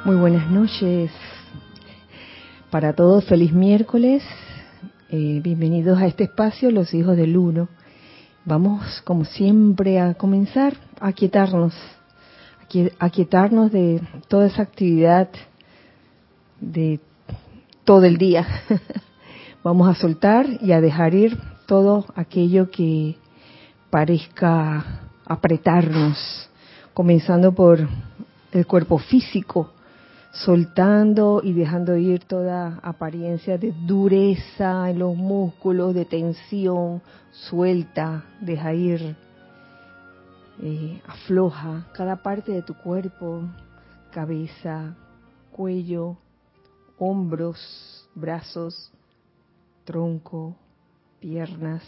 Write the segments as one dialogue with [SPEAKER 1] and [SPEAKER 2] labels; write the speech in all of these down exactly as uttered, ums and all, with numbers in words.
[SPEAKER 1] Muy buenas noches para todos, feliz miércoles, eh, bienvenidos a este espacio, los hijos del uno. Vamos como siempre a comenzar a aquietarnos, a aquietarnos de toda esa actividad de todo el día. Vamos a soltar y a dejar ir todo aquello que parezca apretarnos, comenzando por el cuerpo físico, soltando y dejando ir toda apariencia de dureza en los músculos, de tensión, suelta, deja ir, eh, afloja cada parte de tu cuerpo, cabeza, cuello, hombros, brazos, tronco, piernas.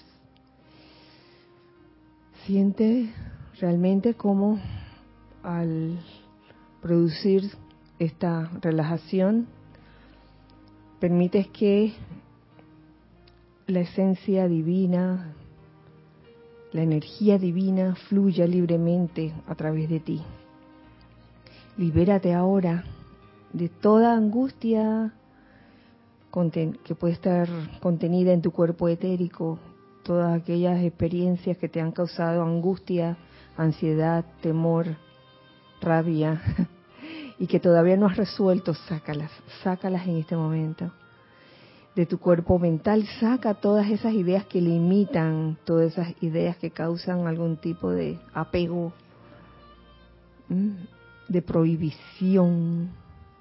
[SPEAKER 1] Siente realmente cómo al producir esta relajación permites que la esencia divina, la energía divina fluya libremente a través de ti. Libérate ahora de toda angustia que puede estar contenida en tu cuerpo etérico, todas aquellas experiencias que te han causado angustia, ansiedad, temor, rabia, y que todavía no has resuelto, sácalas, sácalas en este momento. De tu cuerpo mental, saca todas esas ideas que limitan, todas esas ideas que causan algún tipo de apego, de prohibición.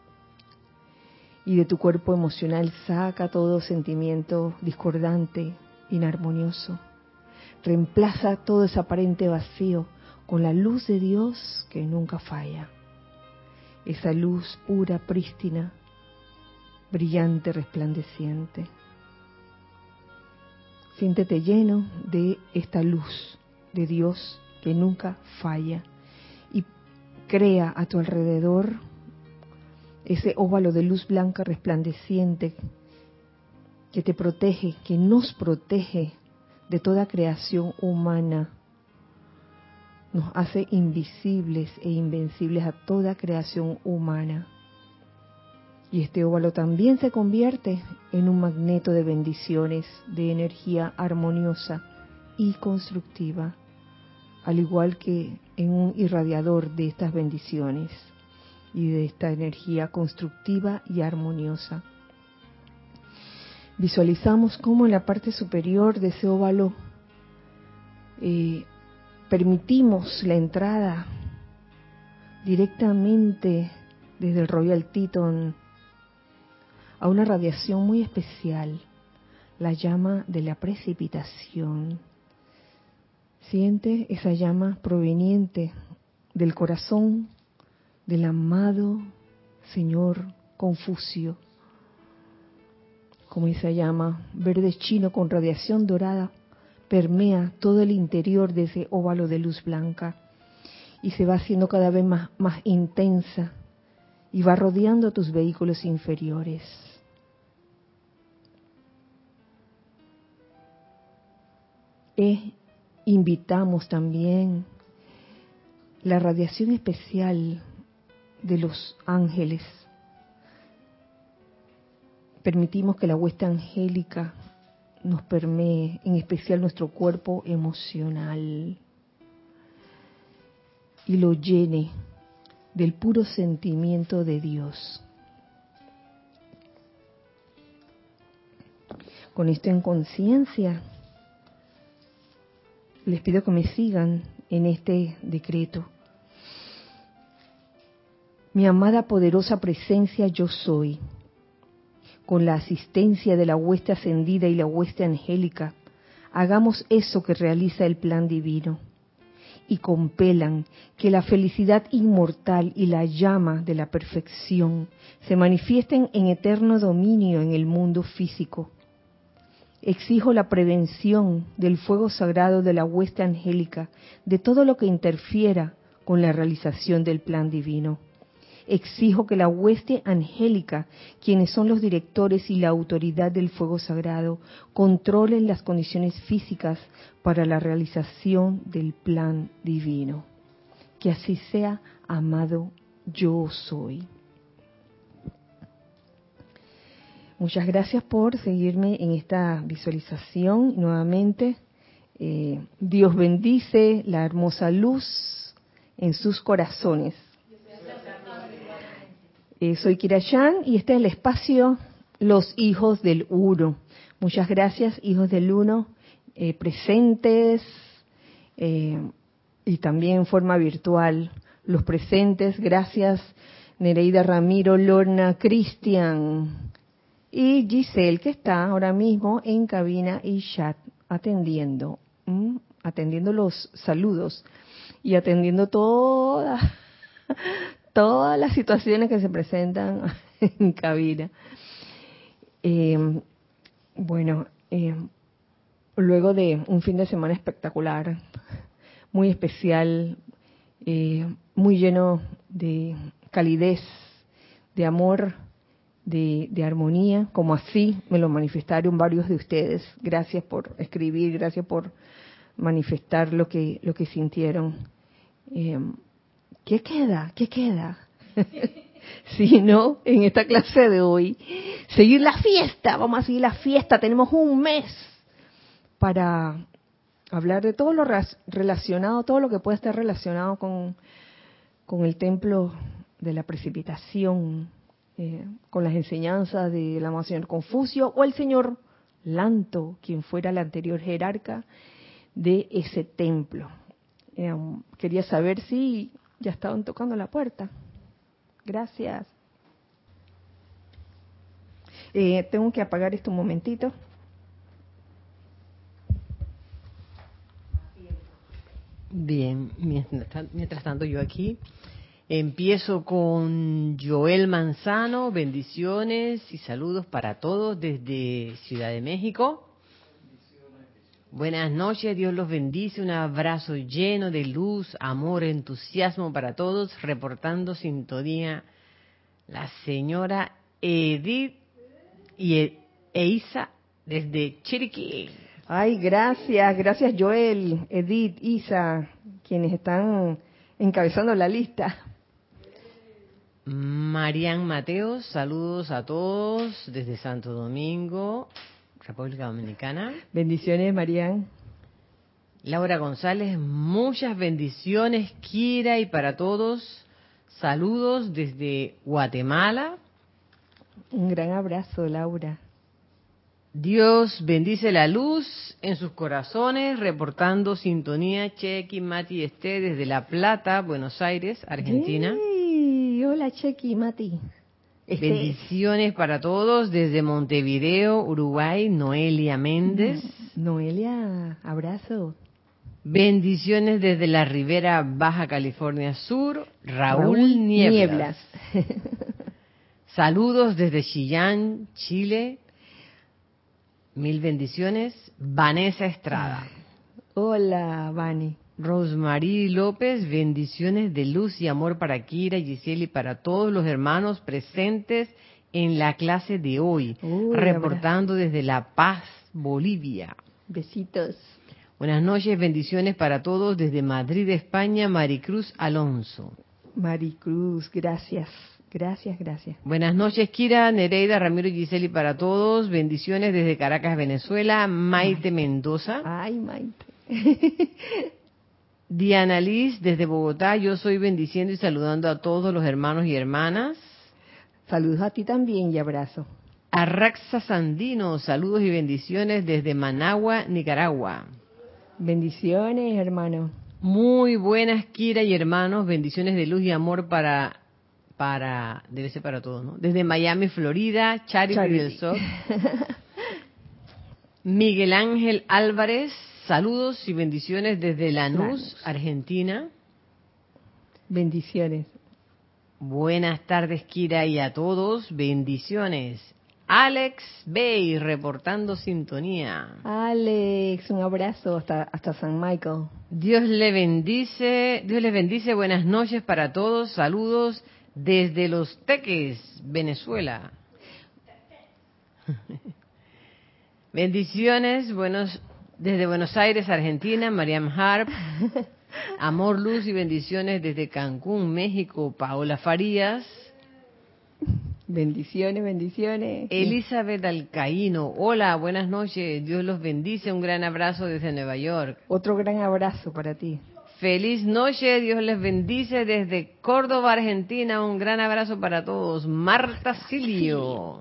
[SPEAKER 1] Y de tu cuerpo emocional, saca todo sentimiento discordante, inarmonioso. Reemplaza todo ese aparente vacío con la luz de Dios que nunca falla. Esa luz pura, prístina, brillante, resplandeciente. Siéntete lleno de esta luz de Dios que nunca falla y crea a tu alrededor ese óvalo de luz blanca resplandeciente que te protege, que nos protege de toda creación humana. Nos hace invisibles e invencibles a toda creación humana. Y este óvalo también se convierte en un magneto de bendiciones, de energía armoniosa y constructiva, al igual que en un irradiador de estas bendiciones y de esta energía constructiva y armoniosa. Visualizamos cómo en la parte superior de ese óvalo eh, permitimos la entrada directamente desde el Royal Teton a una radiación muy especial, la llama de la precipitación. Siente esa llama proveniente del corazón del amado Señor Confucio, como esa llama verde chino con radiación dorada permea todo el interior de ese óvalo de luz blanca y se va haciendo cada vez más, más intensa y va rodeando tus vehículos inferiores. E invitamos también la radiación especial de los ángeles. Permitimos que la hueste angélica nos permee, en especial nuestro cuerpo emocional, y lo llene del puro sentimiento de Dios. Con esto en conciencia, les pido que me sigan en este decreto. Mi amada poderosa presencia yo soy, con la asistencia de la hueste ascendida y la hueste angélica, hagamos eso que realiza el plan divino y compelan que la felicidad inmortal y la llama de la perfección se manifiesten en eterno dominio en el mundo físico. Exijo la prevención del fuego sagrado de la hueste angélica de todo lo que interfiera con la realización del plan divino. Exijo que la hueste angélica, quienes son los directores y la autoridad del fuego sagrado, controlen las condiciones físicas para la realización del plan divino. Que así sea, amado yo soy. Muchas gracias por seguirme en esta visualización nuevamente. Eh, Dios bendice la hermosa luz en sus corazones. Eh, soy Kira Yan y este es el espacio Los Hijos del Uno. Muchas gracias, hijos del Uno, eh, presentes eh, y también en forma virtual. Los presentes, gracias Nereida Ramiro, Lorna, Cristian y Giselle, que está ahora mismo en cabina y chat atendiendo, ¿m? atendiendo los saludos y atendiendo todas, todas las situaciones que se presentan en cabina. Eh, bueno, eh, luego de un fin de semana espectacular, muy especial, eh, muy lleno de calidez, de amor, de, de armonía, como así me lo manifestaron varios de ustedes. Gracias por escribir, gracias por manifestar lo que lo que sintieron. Eh, ¿Qué queda? ¿Qué queda? Si no, en esta clase de hoy, seguir la fiesta, vamos a seguir la fiesta, tenemos un mes para hablar de todo lo relacionado, todo lo que puede estar relacionado con, con el templo de la precipitación, eh, con las enseñanzas del amado señor Confucio o el señor Lanto, quien fuera el anterior jerarca de ese templo. Eh, quería saber si ya estaban tocando la puerta. Gracias. Eh, tengo que apagar esto un momentito.
[SPEAKER 2] Bien, mientras, mientras tanto yo aquí empiezo con Joel Manzano, bendiciones y saludos para todos desde Ciudad de México. Buenas noches, Dios los bendice, un abrazo lleno de luz, amor, entusiasmo para todos, reportando sintonía la señora Edith y e Eisa desde Chiriquí.
[SPEAKER 1] Ay, gracias, gracias Joel, Edith, Isa, quienes están encabezando la lista.
[SPEAKER 2] Marian Mateos, saludos a todos desde Santo Domingo, República Dominicana.
[SPEAKER 1] Bendiciones, Marian.
[SPEAKER 2] Laura González, muchas bendiciones, Kira, y para todos, saludos desde Guatemala.
[SPEAKER 1] Un gran abrazo, Laura.
[SPEAKER 2] Dios bendice la luz en sus corazones, reportando sintonía, Chequi, Mati y Esté desde La Plata, Buenos Aires, Argentina.
[SPEAKER 1] Yay. Hola, Chequi, Mati. Este...
[SPEAKER 2] Bendiciones para todos desde Montevideo, Uruguay, Noelia Méndez.
[SPEAKER 1] Noelia, abrazo.
[SPEAKER 2] Bendiciones desde la Ribera Baja California Sur, Raúl,
[SPEAKER 1] Raúl
[SPEAKER 2] Nieblas.
[SPEAKER 1] Nieblas.
[SPEAKER 2] Saludos desde Chillán, Chile. Mil bendiciones. Vanessa Estrada.
[SPEAKER 1] Hola, Vani.
[SPEAKER 2] Rosmarie López, bendiciones de luz y amor para Kira, Giselle y para todos los hermanos presentes en la clase de hoy.
[SPEAKER 1] Uy,
[SPEAKER 2] reportando
[SPEAKER 1] abrazo.
[SPEAKER 2] desde La Paz, Bolivia.
[SPEAKER 1] Besitos.
[SPEAKER 2] Buenas noches, bendiciones para todos desde Madrid, España, Maricruz Alonso.
[SPEAKER 1] Maricruz, gracias. Gracias, gracias.
[SPEAKER 2] Buenas noches, Kira, Nereida, Ramiro y Giseli para todos. Bendiciones desde Caracas, Venezuela. Maite Mendoza.
[SPEAKER 1] Ay, Maite.
[SPEAKER 2] Diana Liz desde Bogotá. Yo soy bendiciendo y saludando a todos los hermanos y hermanas.
[SPEAKER 1] Saludos a ti también y abrazo.
[SPEAKER 2] Arraxa Sandino, saludos y bendiciones desde Managua, Nicaragua.
[SPEAKER 1] Bendiciones, hermano.
[SPEAKER 2] Muy buenas, Kira y hermanos. Bendiciones de luz y amor para... para debe ser para todos, ¿no? Desde Miami, Florida, Charity, Charity. del Sol. Miguel Ángel Álvarez, saludos y bendiciones desde Lanús, Lanús, Argentina.
[SPEAKER 1] Bendiciones.
[SPEAKER 2] Buenas tardes, Kira, y a todos, bendiciones. Alex Bay, reportando sintonía.
[SPEAKER 1] Alex, un abrazo hasta, hasta San Michael.
[SPEAKER 2] Dios le bendice, Dios les bendice, buenas noches para todos, saludos desde Los Teques, Venezuela. Bendiciones, buenos desde Buenos Aires, Argentina, Mariam Harp. Amor, luz y bendiciones desde Cancún, México, Paola Farías.
[SPEAKER 1] Bendiciones, bendiciones.
[SPEAKER 2] Elizabeth Alcaíno, hola, buenas noches, Dios los bendice, un gran abrazo desde Nueva York.
[SPEAKER 1] Otro gran abrazo para ti.
[SPEAKER 2] Feliz noche, Dios les bendice desde Córdoba, Argentina, un gran abrazo para todos. Marta Silio.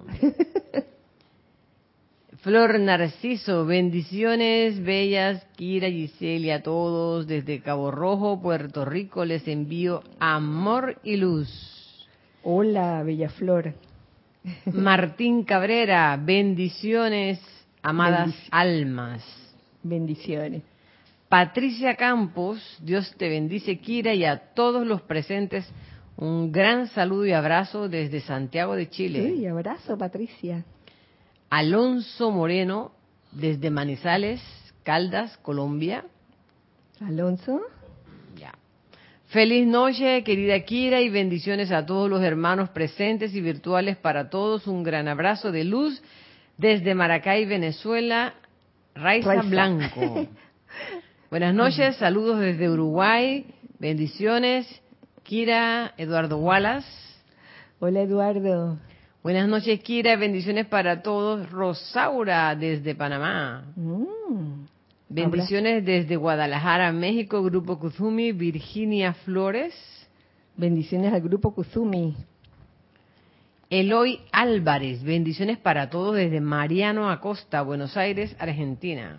[SPEAKER 2] Flor Narciso, bendiciones bellas, Kira, Giselle y a todos desde Cabo Rojo, Puerto Rico, les envío amor y luz.
[SPEAKER 1] Hola, bella Flor.
[SPEAKER 2] Martín Cabrera, bendiciones, amadas
[SPEAKER 1] Bendic-
[SPEAKER 2] almas.
[SPEAKER 1] Bendiciones.
[SPEAKER 2] Patricia Campos, Dios te bendice, Kira, y a todos los presentes, un gran saludo y abrazo desde Santiago de Chile.
[SPEAKER 1] Uy, abrazo, Patricia.
[SPEAKER 2] Alonso Moreno, desde Manizales, Caldas, Colombia.
[SPEAKER 1] Alonso.
[SPEAKER 2] Ya. Feliz noche, querida Kira, y bendiciones a todos los hermanos presentes y virtuales para todos. Un gran abrazo de luz desde Maracay, Venezuela. Raiza,
[SPEAKER 1] Raiza.
[SPEAKER 2] Blanco. Buenas noches, saludos desde Uruguay. Bendiciones, Kira, Eduardo Wallace.
[SPEAKER 1] Hola, Eduardo.
[SPEAKER 2] Buenas noches, Kira, bendiciones para todos. Rosaura, desde Panamá.
[SPEAKER 1] Mm.
[SPEAKER 2] Bendiciones desde Guadalajara, México, Grupo Kuzumi, Virginia Flores.
[SPEAKER 1] Bendiciones al grupo Kuzumi.
[SPEAKER 2] Eloy Álvarez, bendiciones para todos desde Mariano Acosta, Buenos Aires, Argentina.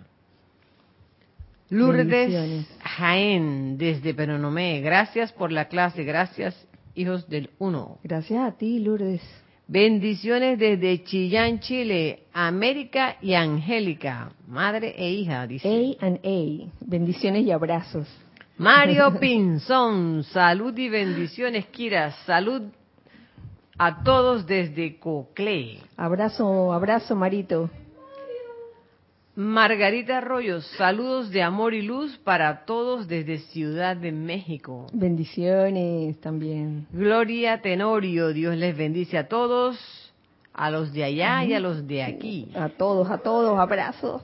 [SPEAKER 2] Lourdes
[SPEAKER 1] Bendiciones.
[SPEAKER 2] Jaén, desde Penonomé, gracias por la clase, gracias, hijos del Uno.
[SPEAKER 1] Gracias a ti, Lourdes.
[SPEAKER 2] Bendiciones desde Chillán, Chile, América y Angélica, madre e hija, dice.
[SPEAKER 1] A and A. Bendiciones y abrazos.
[SPEAKER 2] Mario Pinzón, salud y bendiciones, Kira, salud a todos desde Coclé.
[SPEAKER 1] Abrazo, abrazo, Marito.
[SPEAKER 2] Margarita Arroyo, saludos de amor y luz para todos desde Ciudad de México.
[SPEAKER 1] Bendiciones también.
[SPEAKER 2] Gloria Tenorio, Dios les bendice a todos, a los de allá y a los de aquí.
[SPEAKER 1] A todos, a todos, abrazos.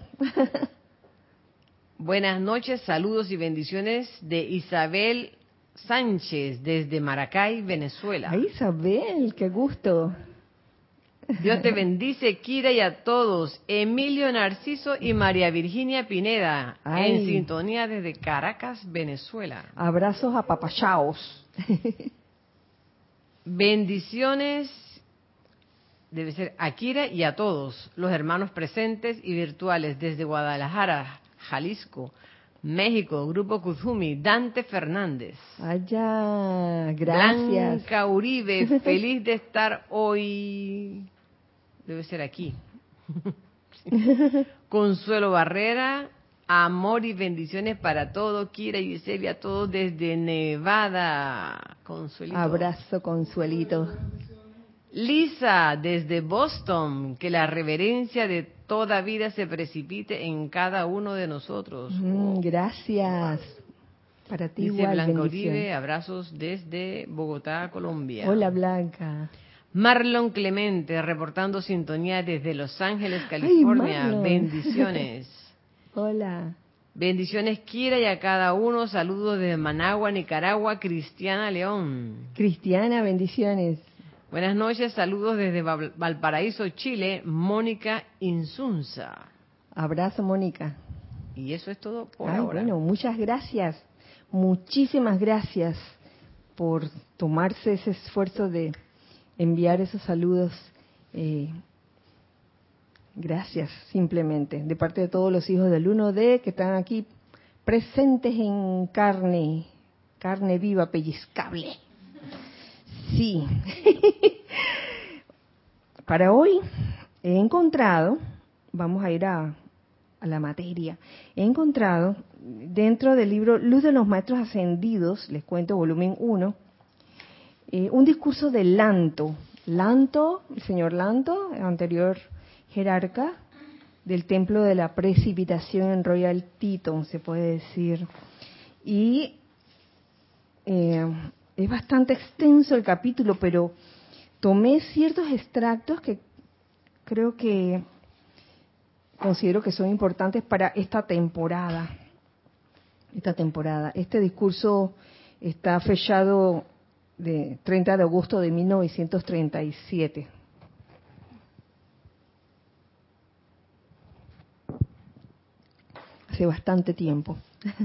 [SPEAKER 2] Buenas noches, saludos y bendiciones de Isabel Sánchez desde Maracay, Venezuela.
[SPEAKER 1] Ay, Isabel, qué gusto.
[SPEAKER 2] Dios te bendice, Kira, y a todos. Emilio Narciso y María Virginia Pineda,
[SPEAKER 1] Ay.
[SPEAKER 2] en sintonía desde Caracas, Venezuela.
[SPEAKER 1] Abrazos apapachaos.
[SPEAKER 2] Bendiciones, debe ser a Kira y a todos los hermanos presentes y virtuales desde Guadalajara, Jalisco, México, Grupo Kuzumi, Dante Fernández.
[SPEAKER 1] Allá, gracias.
[SPEAKER 2] Blanca Uribe, feliz de estar hoy. Debe ser aquí. Consuelo Barrera, amor y bendiciones para todo, Kira y Giselle, a todos desde Nevada. Consuelito.
[SPEAKER 1] Abrazo, Consuelito.
[SPEAKER 2] Lisa, desde Boston, que la reverencia de toda vida se precipite en cada uno de nosotros.
[SPEAKER 1] Mm, gracias. Para ti
[SPEAKER 2] Dice
[SPEAKER 1] igual,
[SPEAKER 2] Blanca
[SPEAKER 1] bendición.
[SPEAKER 2] Uribe, abrazos desde Bogotá, Colombia.
[SPEAKER 1] Hola, Blanca.
[SPEAKER 2] Marlon Clemente, reportando sintonía desde Los Ángeles, California.
[SPEAKER 1] Marlon.
[SPEAKER 2] Bendiciones.
[SPEAKER 1] Hola.
[SPEAKER 2] Bendiciones, Kira, y a cada uno. Saludos desde Managua, Nicaragua, Cristiana León.
[SPEAKER 1] Cristiana, bendiciones.
[SPEAKER 2] Buenas noches, saludos desde Val- Valparaíso, Chile, Mónica Insunza.
[SPEAKER 1] Abrazo, Mónica.
[SPEAKER 2] Y eso es todo por
[SPEAKER 1] Ay,
[SPEAKER 2] ahora.
[SPEAKER 1] bueno, muchas gracias. Muchísimas gracias por tomarse ese esfuerzo de enviar esos saludos. Eh, gracias, simplemente, de parte de todos los hijos del uno D que están aquí presentes en carne, carne viva, pellizcable. Sí. Para hoy he encontrado, vamos a ir a, a la materia, he encontrado dentro del libro Luz de los Maestros Ascendidos, les cuento volumen uno, eh, un discurso de Lanto. Lanto, el señor Lanto, anterior jerarca del Templo de la Precipitación en Royal Teton, se puede decir. Y eh, es bastante extenso el capítulo, pero tomé ciertos extractos que creo que considero que son importantes para esta temporada. Esta temporada. Este discurso está fechado de treinta de agosto de mil novecientos treinta y siete. Hace bastante tiempo.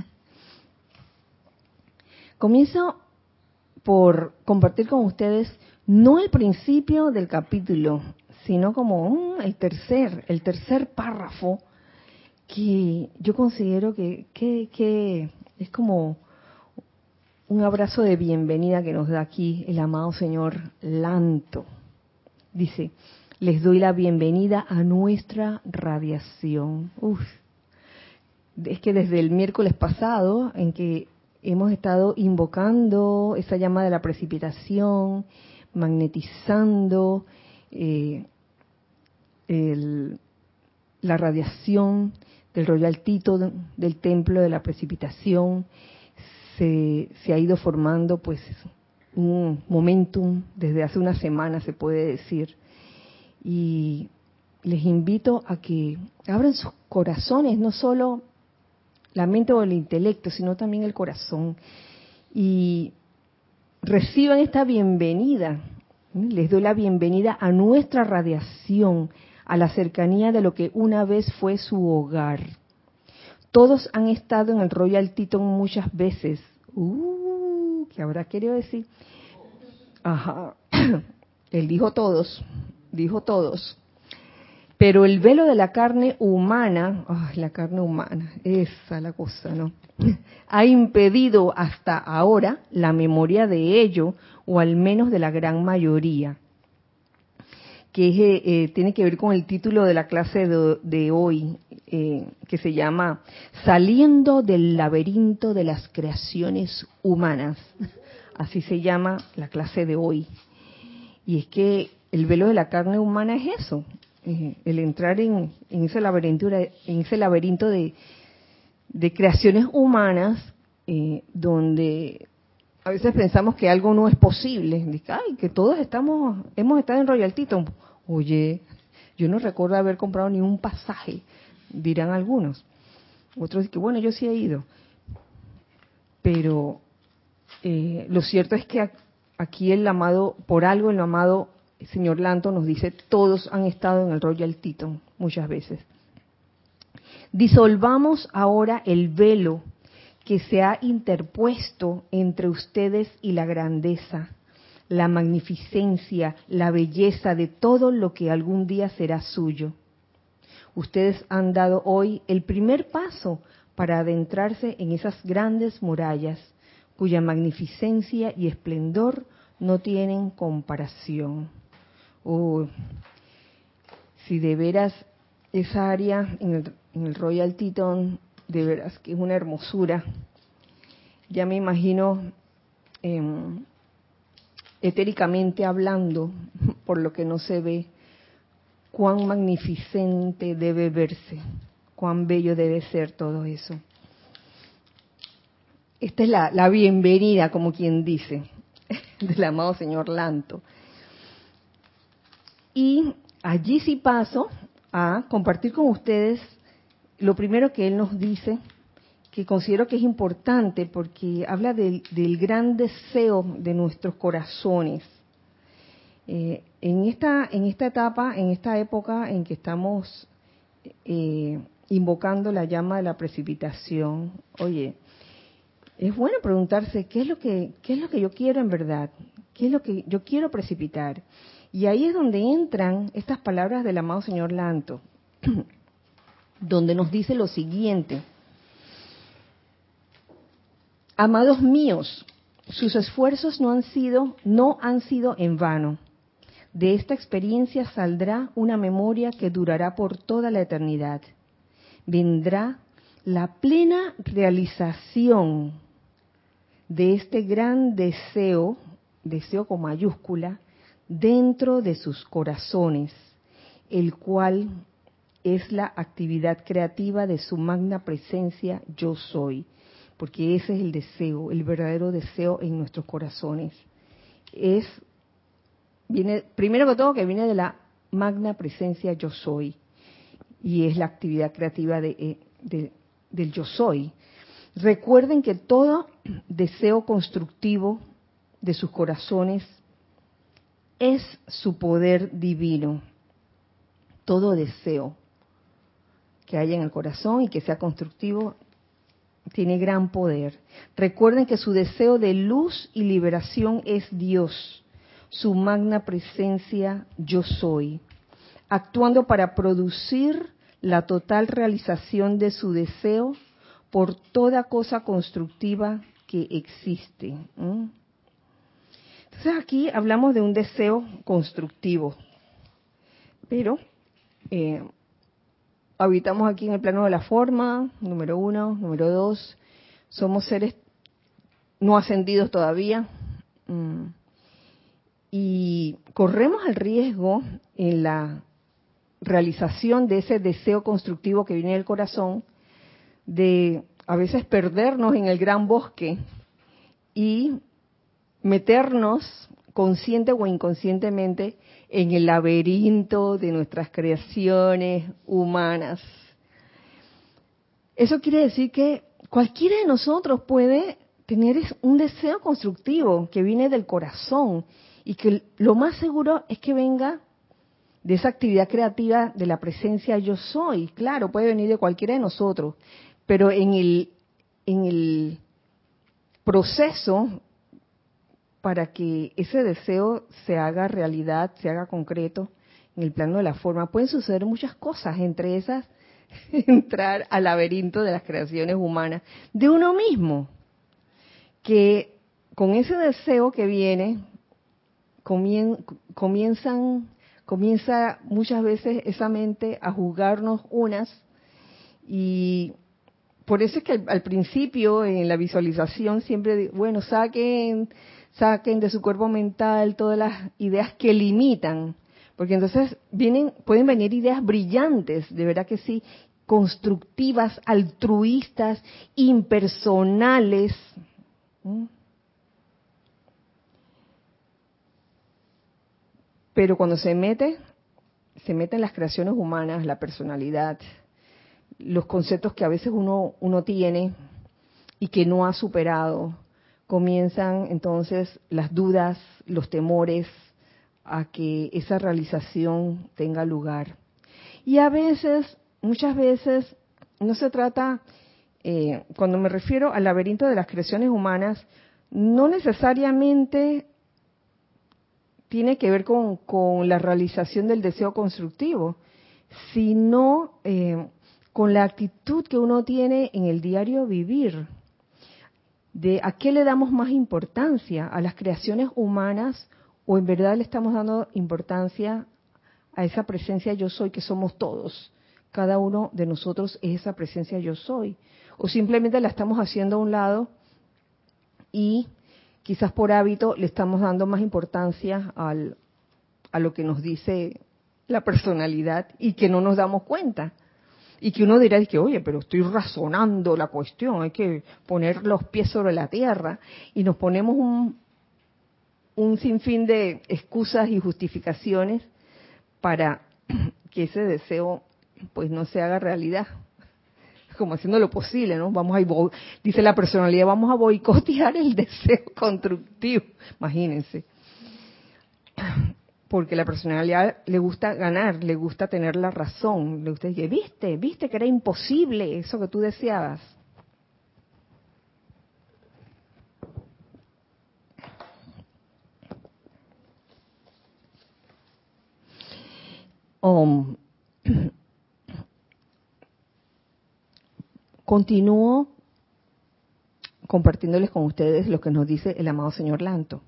[SPEAKER 1] Comienzo por compartir con ustedes no el principio del capítulo, sino como um, el tercer, el tercer párrafo, que yo considero que, que, que es como un abrazo de bienvenida que nos da aquí el amado señor Lanto. Dice, les doy la bienvenida a nuestra radiación. Uf, es que desde el miércoles pasado, en que hemos estado invocando esa llama de la precipitación, magnetizando eh, el, la radiación del Royal Tito, del templo de la precipitación, se, se ha ido formando pues un momentum desde hace una semana, se puede decir. Y les invito a que abran sus corazones, no solo la mente o el intelecto, sino también el corazón, y reciban esta bienvenida. Les doy la bienvenida a nuestra radiación, a la cercanía de lo que una vez fue su hogar. Todos han estado en el Royal Teton muchas veces. Uh, ¿qué habrá querido decir? Ajá. Él dijo todos, dijo todos. Pero el velo de la carne humana, ay, la carne humana, esa la cosa, ¿no? Ha impedido hasta ahora la memoria de ello, o al menos de la gran mayoría, que es, eh, tiene que ver con el título de la clase de, de hoy, eh, que se llama Saliendo del laberinto de las creaciones humanas. Así se llama la clase de hoy. Y es que el velo de la carne humana es eso, eh, el entrar en, en ese laberinto, en ese laberinto de, de creaciones humanas, eh, donde a veces pensamos que algo no es posible. Dice, ay, que todos estamos, hemos estado en Royal Teton. Oye, yo no recuerdo haber comprado ni un pasaje, dirán algunos. Otros dicen que bueno, yo sí he ido. Pero eh, lo cierto es que aquí el amado, por algo el amado señor Lanto nos dice, todos han estado en el Royal Teton muchas veces. Disolvamos ahora el velo que se ha interpuesto entre ustedes y la grandeza, la magnificencia, la belleza de todo lo que algún día será suyo. Ustedes han dado hoy el primer paso para adentrarse en esas grandes murallas, cuya magnificencia y esplendor no tienen comparación. Oh, si de veras esa área en el, en el Royal Teton, de veras que es una hermosura. Ya me imagino, eh, etéricamente hablando, por lo que no se ve, cuán magnificente debe verse, cuán bello debe ser todo eso. Esta es la, la bienvenida, como quien dice, del amado señor Lanto. Y allí sí paso a compartir con ustedes lo primero que él nos dice, que considero que es importante porque habla del, del gran deseo de nuestros corazones. Eh, en esta en esta etapa, en esta época en que estamos eh, invocando la llama de la precipitación, oye, es bueno preguntarse qué es lo que qué es lo que yo quiero en verdad, qué es lo que yo quiero precipitar. Y ahí es donde entran estas palabras del amado señor Lanto, donde nos dice lo siguiente: amados míos, sus esfuerzos no han sido no han sido en vano. De esta experiencia saldrá una memoria que durará por toda la eternidad. Vendrá la plena realización de este gran deseo, deseo con mayúscula, dentro de sus corazones, el cual es la actividad creativa de su magna presencia yo soy, porque ese es el deseo, el verdadero deseo en nuestros corazones. Es viene primero que todo que viene de la magna presencia yo soy, y es la actividad creativa de, de, del yo soy. Recuerden que todo deseo constructivo de sus corazones es su poder divino. Todo deseo que haya en el corazón y que sea constructivo tiene gran poder. Recuerden que su deseo de luz y liberación es Dios, su magna presencia yo soy, actuando para producir la total realización de su deseo por toda cosa constructiva que existe. ¿Mm? Entonces aquí hablamos de un deseo constructivo, pero eh, habitamos aquí en el plano de la forma, número uno, número dos, somos seres no ascendidos todavía, mm, y corremos el riesgo en la realización de ese deseo constructivo que viene del corazón, de a veces perdernos en el gran bosque y meternos consciente o inconscientemente en el laberinto de nuestras creaciones humanas. Eso quiere decir que cualquiera de nosotros puede tener un deseo constructivo que viene del corazón y que lo más seguro es que venga de esa actividad creativa de la presencia yo soy. Claro, puede venir de cualquiera de nosotros, pero en el, en el proceso para que ese deseo se haga realidad, se haga concreto en el plano de la forma, pueden suceder muchas cosas, entre esas entrar al laberinto de las creaciones humanas, de uno mismo, que con ese deseo que viene, comien, comienzan, comienza muchas veces esa mente a juzgarnos unas, y por eso es que al, al principio en la visualización siempre, bueno, saquen... saquen de su cuerpo mental todas las ideas que limitan, porque entonces vienen, pueden venir ideas brillantes, de verdad que sí, constructivas, altruistas, impersonales. ¿Mm? Pero cuando se mete, se meten las creaciones humanas, la personalidad, los conceptos que a veces uno, uno tiene y que no ha superado, comienzan entonces las dudas, los temores a que esa realización tenga lugar. Y a veces, muchas veces, no se trata, eh, cuando me refiero al laberinto de las creaciones humanas, no necesariamente tiene que ver con, con la realización del deseo constructivo, sino eh, con la actitud que uno tiene en el diario vivir. De a qué le damos más importancia, a las creaciones humanas, o en verdad le estamos dando importancia a esa presencia yo soy que somos todos. Cada uno de nosotros es esa presencia yo soy. O simplemente la estamos haciendo a un lado y quizás por hábito le estamos dando más importancia al, a lo que nos dice la personalidad y que no nos damos cuenta. Y que uno dirá que, oye, pero estoy razonando la cuestión, hay que poner los pies sobre la tierra, y nos ponemos un, un sinfín de excusas y justificaciones para que ese deseo pues no se haga realidad, como haciendo lo posible, ¿no? Vamos a, dice la personalidad, vamos a boicotear el deseo constructivo, imagínense. Porque la personalidad le gusta ganar, le gusta tener la razón, le gusta decir, viste, viste que era imposible eso que tú deseabas. Um, continúo compartiéndoles con ustedes lo que nos dice el amado señor Lanto.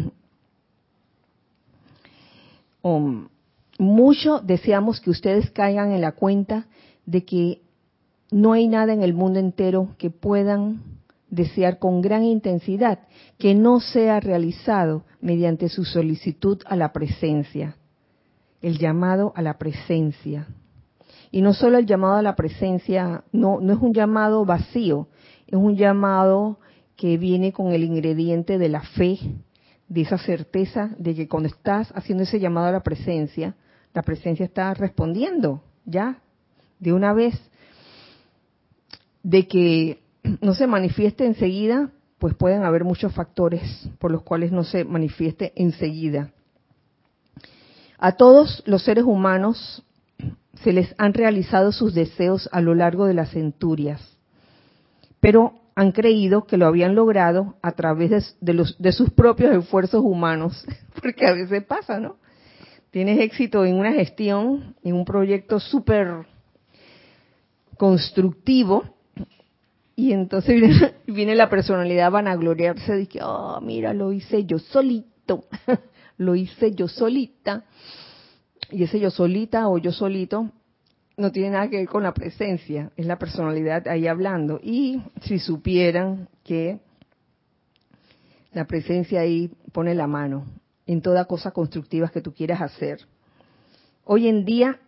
[SPEAKER 1] Um, mucho deseamos que ustedes caigan en la cuenta de que no hay nada en el mundo entero que puedan desear con gran intensidad que no sea realizado mediante su solicitud a la presencia, el llamado a la presencia. Y no solo el llamado a la presencia, no, no es un llamado vacío, es un llamado que viene con el ingrediente de la fe, de esa certeza de que cuando estás haciendo ese llamado a la presencia, la presencia está respondiendo ya, de una vez, de que no se manifieste enseguida, pues pueden haber muchos factores por los cuales no se manifieste enseguida. A todos los seres humanos se les han realizado sus deseos a lo largo de las centurias, pero han creído que lo habían logrado a través de, de, los, de sus propios esfuerzos humanos, porque a veces pasa, ¿no? Tienes éxito en una gestión, en un proyecto súper constructivo, y entonces viene, viene la personalidad a vanagloriarse de que, oh, mira, lo hice yo solito, lo hice yo solita, y ese yo solita o yo solito no tiene nada que ver con la presencia, es la personalidad ahí hablando. Y si supieran que la presencia ahí pone la mano en toda cosa constructiva que tú quieras hacer. Hoy en día,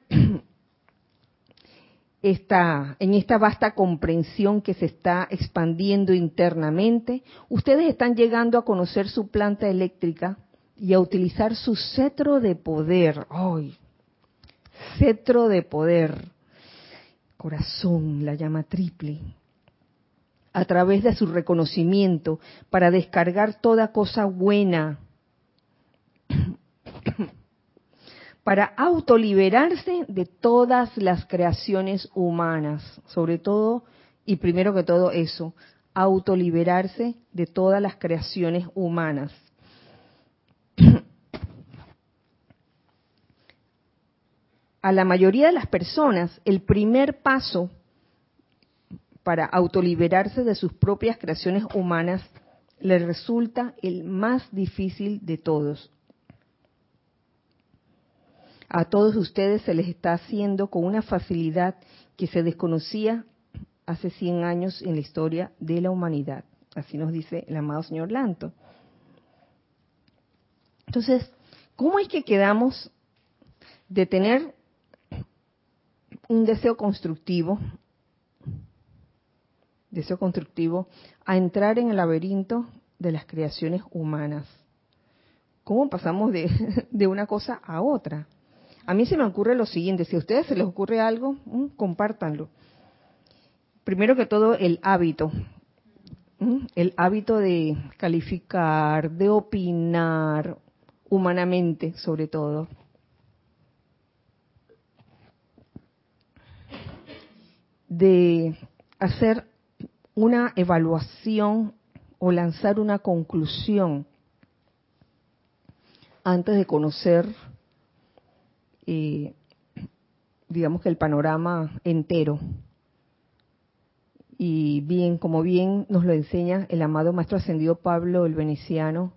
[SPEAKER 1] esta, en esta vasta comprensión que se está expandiendo internamente, ustedes están llegando a conocer su planta eléctrica y a utilizar su cetro de poder. ¡Ay! Cetro de poder, corazón, la llama triple, a través de su reconocimiento para descargar toda cosa buena, para autoliberarse de todas las creaciones humanas, sobre todo y primero que todo eso, autoliberarse de todas las creaciones humanas. A la mayoría de las personas, el primer paso para autoliberarse de sus propias creaciones humanas le resulta el más difícil de todos. A todos ustedes se les está haciendo con una facilidad que se desconocía hace cien años en la historia de la humanidad. Así nos dice el amado señor Lanto. Entonces, ¿cómo es que quedamos de tener un deseo constructivo, deseo constructivo, a entrar en el laberinto de las creaciones humanas? ¿Cómo pasamos de, de una cosa a otra? A mí se me ocurre lo siguiente, si a ustedes se les ocurre algo, mmm, compártanlo. Primero que todo, el hábito, mmm, el hábito de calificar, de opinar, humanamente sobre todo. De hacer una evaluación o lanzar una conclusión antes de conocer, eh, digamos que el panorama entero. Y bien, como bien nos lo enseña el amado Maestro Ascendido Pablo el Veneciano,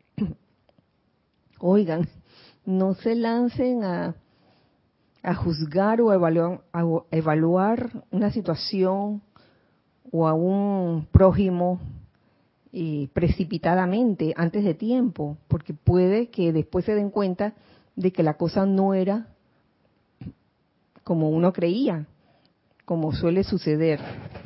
[SPEAKER 1] oigan, no se lancen a a juzgar o a evaluar, a evaluar una situación o a un prójimo eh, precipitadamente, antes de tiempo, porque puede que después se den cuenta de que la cosa no era como uno creía, como suele suceder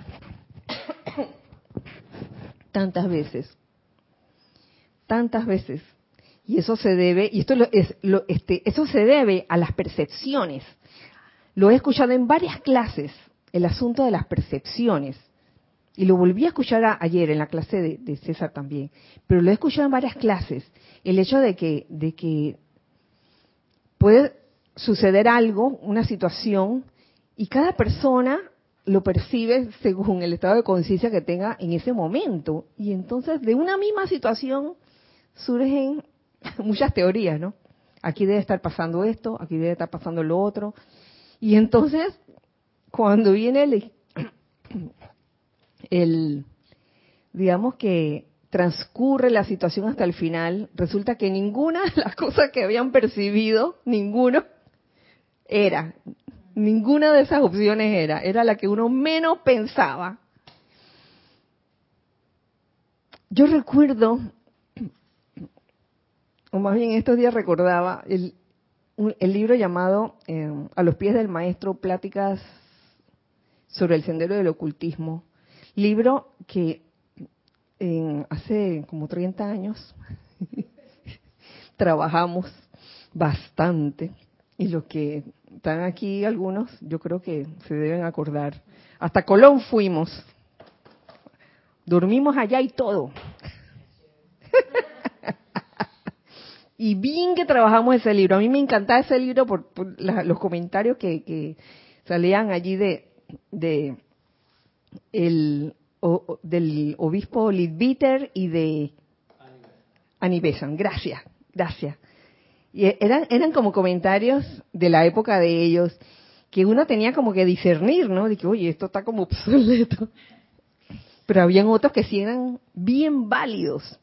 [SPEAKER 1] tantas veces, tantas veces. Y eso se debe, y esto es, lo, este, eso se debe a las percepciones. Lo he escuchado en varias clases, el asunto de las percepciones. Y lo volví a escuchar a, ayer en la clase de, de César también. Pero lo he escuchado en varias clases. El hecho de que, de que puede suceder algo, una situación, y cada persona lo percibe según el estado de conciencia que tenga en ese momento. Y entonces de una misma situación surgen muchas teorías, ¿no? Aquí debe estar pasando esto, aquí debe estar pasando lo otro. Y entonces, cuando viene el, el, digamos que transcurre la situación hasta el final, resulta que ninguna de las cosas que habían percibido, ninguno, era. Ninguna de esas opciones era. Era la que uno menos pensaba. Yo recuerdo, o más bien estos días recordaba, el, el libro llamado eh, A los pies del maestro, Pláticas sobre el sendero del ocultismo. Libro que eh, hace como treinta años trabajamos bastante. Y los que están aquí, algunos, yo creo que se deben acordar. Hasta Colón fuimos Dormimos allá y todo. Y bien que trabajamos ese libro. A mí me encantaba ese libro por, por la, los comentarios que, que salían allí de, de el, o, del obispo Leadbeater y de Annie Besant. Gracias, gracias. Y eran, eran como comentarios de la época de ellos que uno tenía como que discernir, ¿no? De que, oye, esto está como obsoleto. Pero habían otros que sí eran bien válidos.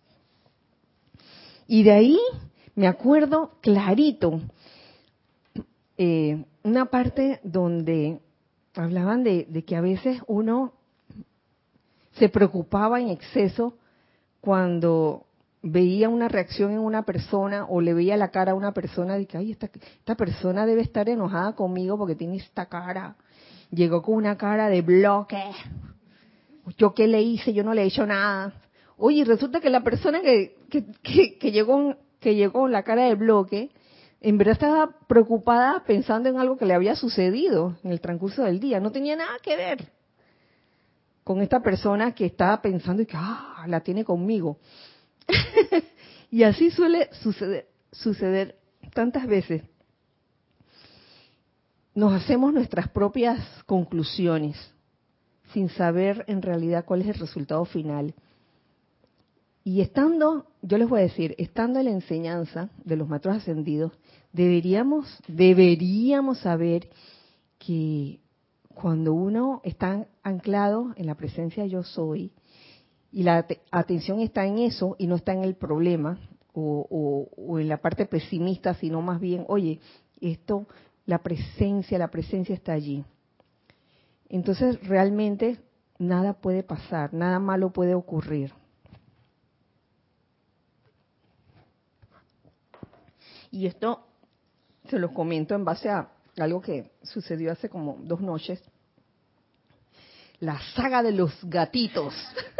[SPEAKER 1] Y de ahí me acuerdo clarito eh, una parte donde hablaban de, de que a veces uno se preocupaba en exceso cuando veía una reacción en una persona o le veía la cara a una persona de que, ay, esta, esta persona debe estar enojada conmigo porque tiene esta cara. Llegó con una cara de bloque. ¿Yo qué le hice? Yo no le he hecho nada. Oye, resulta que la persona que, que, que, que llegó que llegó con la cara de bloque, en verdad estaba preocupada pensando en algo que le había sucedido en el transcurso del día. No tenía nada que ver con esta persona que estaba pensando y que, ah, la tiene conmigo. Y así suele suceder, suceder tantas veces. Nos hacemos nuestras propias conclusiones sin saber en realidad cuál es el resultado final. Y estando, yo les voy a decir, estando en la enseñanza de los maestros ascendidos, deberíamos, deberíamos saber que cuando uno está anclado en la presencia yo soy, y la atención está en eso y no está en el problema, o, o, o en la parte pesimista, sino más bien, oye, esto, la presencia, la presencia está allí. Entonces realmente nada puede pasar, nada malo puede ocurrir. Y esto se los comento en base a algo que sucedió hace como dos noches. La saga de los gatitos.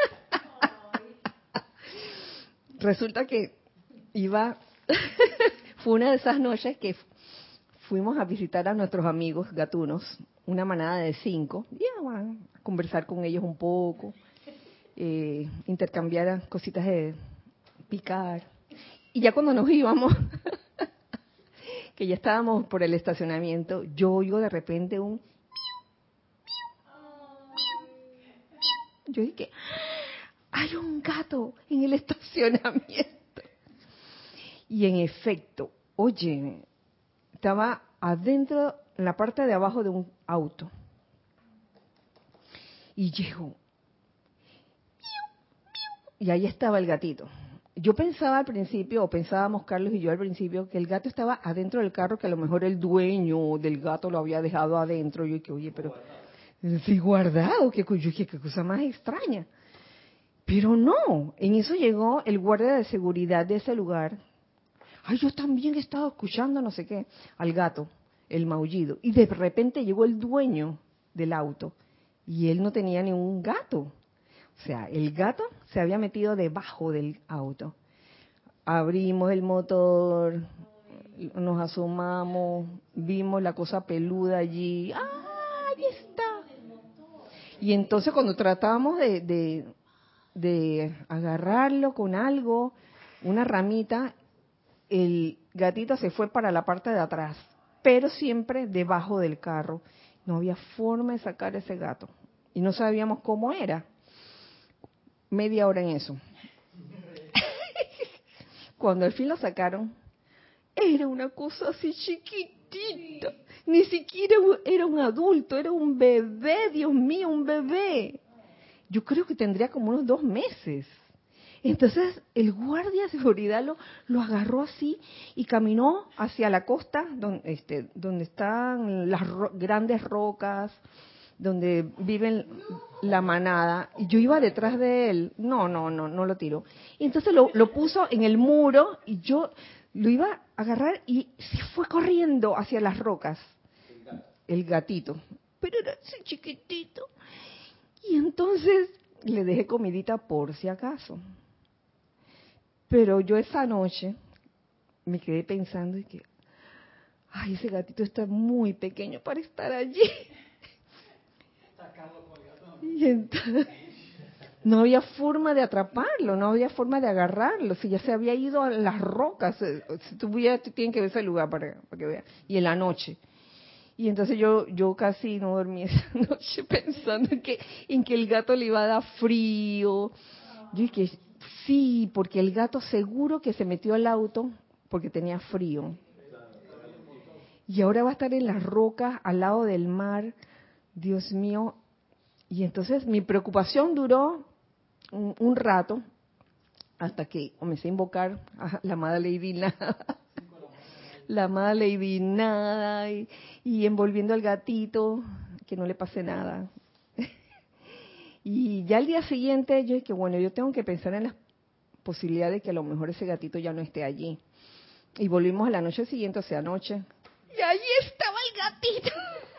[SPEAKER 1] Resulta que iba, fue una de esas noches que fuimos a visitar a nuestros amigos gatunos, una manada de cinco, y a conversar con ellos un poco, eh, intercambiar cositas de picar. Y ya cuando nos íbamos, que ya estábamos por el estacionamiento, yo oigo de repente un yo dije, hay un gato en el estacionamiento. Y en efecto, oye, estaba adentro, en la parte de abajo de un auto. Y llegó. Y ahí estaba el gatito. Yo pensaba al principio, o pensábamos Carlos y yo al principio, que el gato estaba adentro del carro, que a lo mejor el dueño del gato lo había dejado adentro. Yo dije, oye, pero sí guardado, que yo dije, qué cosa más extraña. Pero no, en eso llegó el guardia de seguridad de ese lugar. Ay, yo también he estado escuchando no sé qué, al gato, el maullido. Y de repente llegó el dueño del auto y él no tenía ningún gato. O sea, el gato se había metido debajo del auto. Abrimos el motor, nos asomamos, vimos la cosa peluda allí. ¡Ah, ahí está! Y entonces cuando tratábamos de, de, de agarrarlo con algo, una ramita, el gatito se fue para la parte de atrás, pero siempre debajo del carro. No había forma de sacar ese gato. Y no sabíamos cómo era. Media hora en eso. Cuando al fin lo sacaron, era una cosa así chiquitita. Ni siquiera era un adulto, era un bebé, Dios mío, un bebé. Yo creo que tendría como unos dos meses. Entonces el guardia de seguridad lo, lo agarró así y caminó hacia la costa donde, este, donde están las ro- grandes rocas, donde viven la manada. Y yo iba detrás de él. No, no, no, no lo tiró. Y entonces lo, lo puso en el muro y yo lo iba a agarrar y se fue corriendo hacia las rocas. El gatito. Pero era así chiquitito. Y entonces le dejé comidita por si acaso. Pero yo esa noche me quedé pensando y que, ay, ese gatito está muy pequeño para estar allí. Y entonces, no había forma de atraparlo, no había forma de agarrarlo, si ya se había ido a las rocas. Si tú tienes que ver ese lugar para, para que veas. Y en la noche. Y entonces yo yo casi no dormí esa noche pensando en que, en que el gato le iba a dar frío. Yo dije, sí, porque el gato seguro que se metió al auto porque tenía frío. Y ahora va a estar en las rocas al lado del mar. Dios mío. Y entonces mi preocupación duró un, un rato hasta que comencé a invocar a la amada Lady Nada. La amada Lady Nada y, y envolviendo al gatito, que no le pase nada. Y ya al día siguiente yo dije, bueno, yo tengo que pensar en la posibilidad de que a lo mejor ese gatito ya no esté allí. Y volvimos a la noche siguiente, o sea, anoche. Y allí estaba el gatito.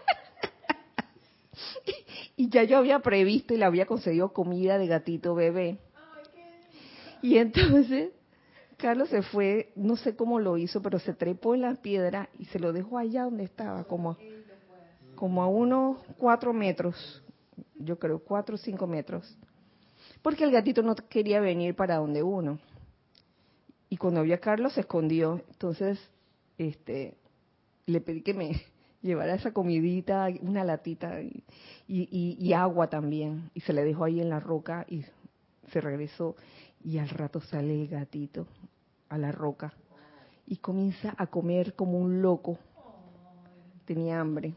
[SPEAKER 1] Y ya yo había previsto y le había conseguido comida de gatito bebé. Y entonces Carlos se fue, no sé cómo lo hizo, pero se trepó en la piedra y se lo dejó allá donde estaba, como, como a unos cuatro metros, yo creo, cuatro o cinco metros. Porque el gatito no quería venir para donde uno. Y cuando vio a Carlos se escondió. Entonces, este, le pedí que me llevara esa comidita, una latita y, y, y agua también. Y se le dejó ahí en la roca y se regresó. Y al rato sale el gatito a la roca y comienza a comer como un loco. Tenía hambre.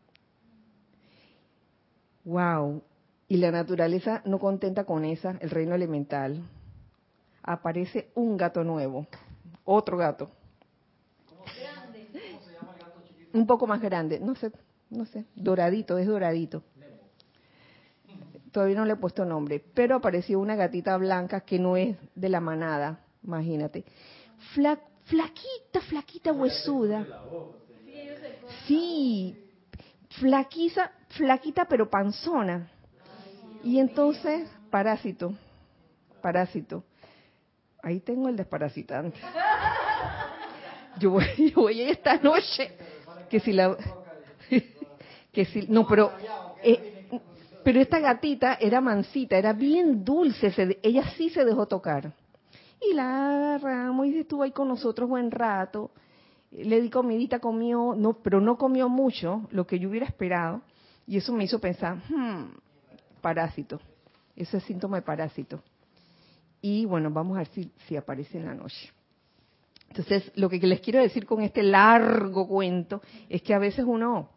[SPEAKER 1] Wow. Y la naturaleza no contenta con esa, el reino elemental. Aparece un gato nuevo, otro gato. Un poco más grande, no sé, no sé, doradito, es doradito. Todavía no le he puesto nombre, pero apareció una gatita blanca que no es de la manada, imagínate. Fla, flaquita, flaquita, huesuda. Sí, flaquiza, flaquita pero panzona. Y entonces, parásito, parásito. Ahí tengo el desparasitante. Yo voy, yo voy esta noche, que si la... que si, no, pero... Eh, pero esta gatita era mansita, era bien dulce, se, ella sí se dejó tocar. Y la agarramos y estuvo ahí con nosotros buen rato. Le di comidita, comió, no, pero no comió mucho, lo que yo hubiera esperado. Y eso me hizo pensar, hmm, parásito. Ese es síntoma de parásito. Y bueno, vamos a ver si, si aparece en la noche. Entonces, lo que les quiero decir con este largo cuento es que a veces uno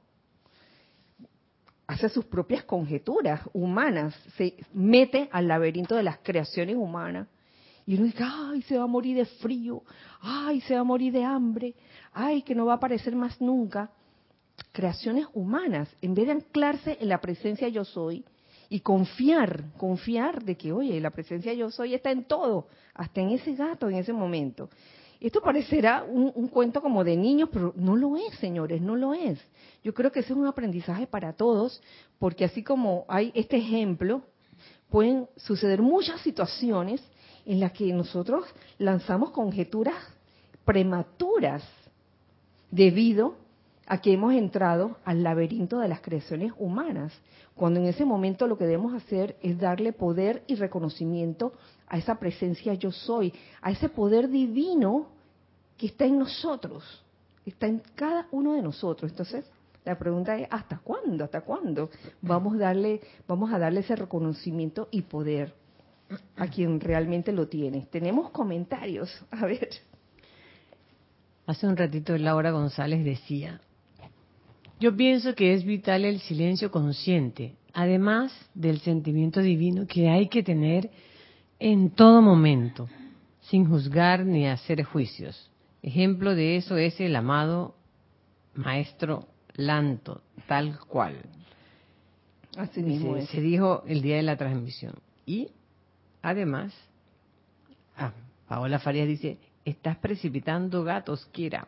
[SPEAKER 1] hace sus propias conjeturas humanas, se mete al laberinto de las creaciones humanas y uno dice, ay, se va a morir de frío, ay, se va a morir de hambre, ay, que no va a aparecer más nunca. Creaciones humanas, en vez de anclarse en la presencia yo soy y confiar, confiar de que, oye, la presencia yo soy está en todo, hasta en ese gato en ese momento. Esto parecerá un, un cuento como de niños, pero no lo es, señores, no lo es. Yo creo que ese es un aprendizaje para todos, porque así como hay este ejemplo, pueden suceder muchas situaciones en las que nosotros lanzamos conjeturas prematuras debido a que hemos entrado al laberinto de las creaciones humanas, cuando en ese momento lo que debemos hacer es darle poder y reconocimiento a esa presencia yo soy, a ese poder divino que está en nosotros, está en cada uno de nosotros. Entonces, la pregunta es, ¿hasta cuándo? ¿Hasta cuándo vamos a darle, vamos a darle ese reconocimiento y poder a quien realmente lo tiene? Tenemos comentarios, a ver.
[SPEAKER 2] Hace un ratito Laura González decía, yo pienso que es vital el silencio consciente, además del sentimiento divino que hay que tener en todo momento, sin juzgar ni hacer juicios. Ejemplo de eso es el amado Maestro Lanto, tal cual.
[SPEAKER 1] Así mismo
[SPEAKER 2] Dice,
[SPEAKER 1] es.
[SPEAKER 2] se dijo el día de la transmisión. Y además, ah, Paola Farías dice, estás precipitando gatos, Kira.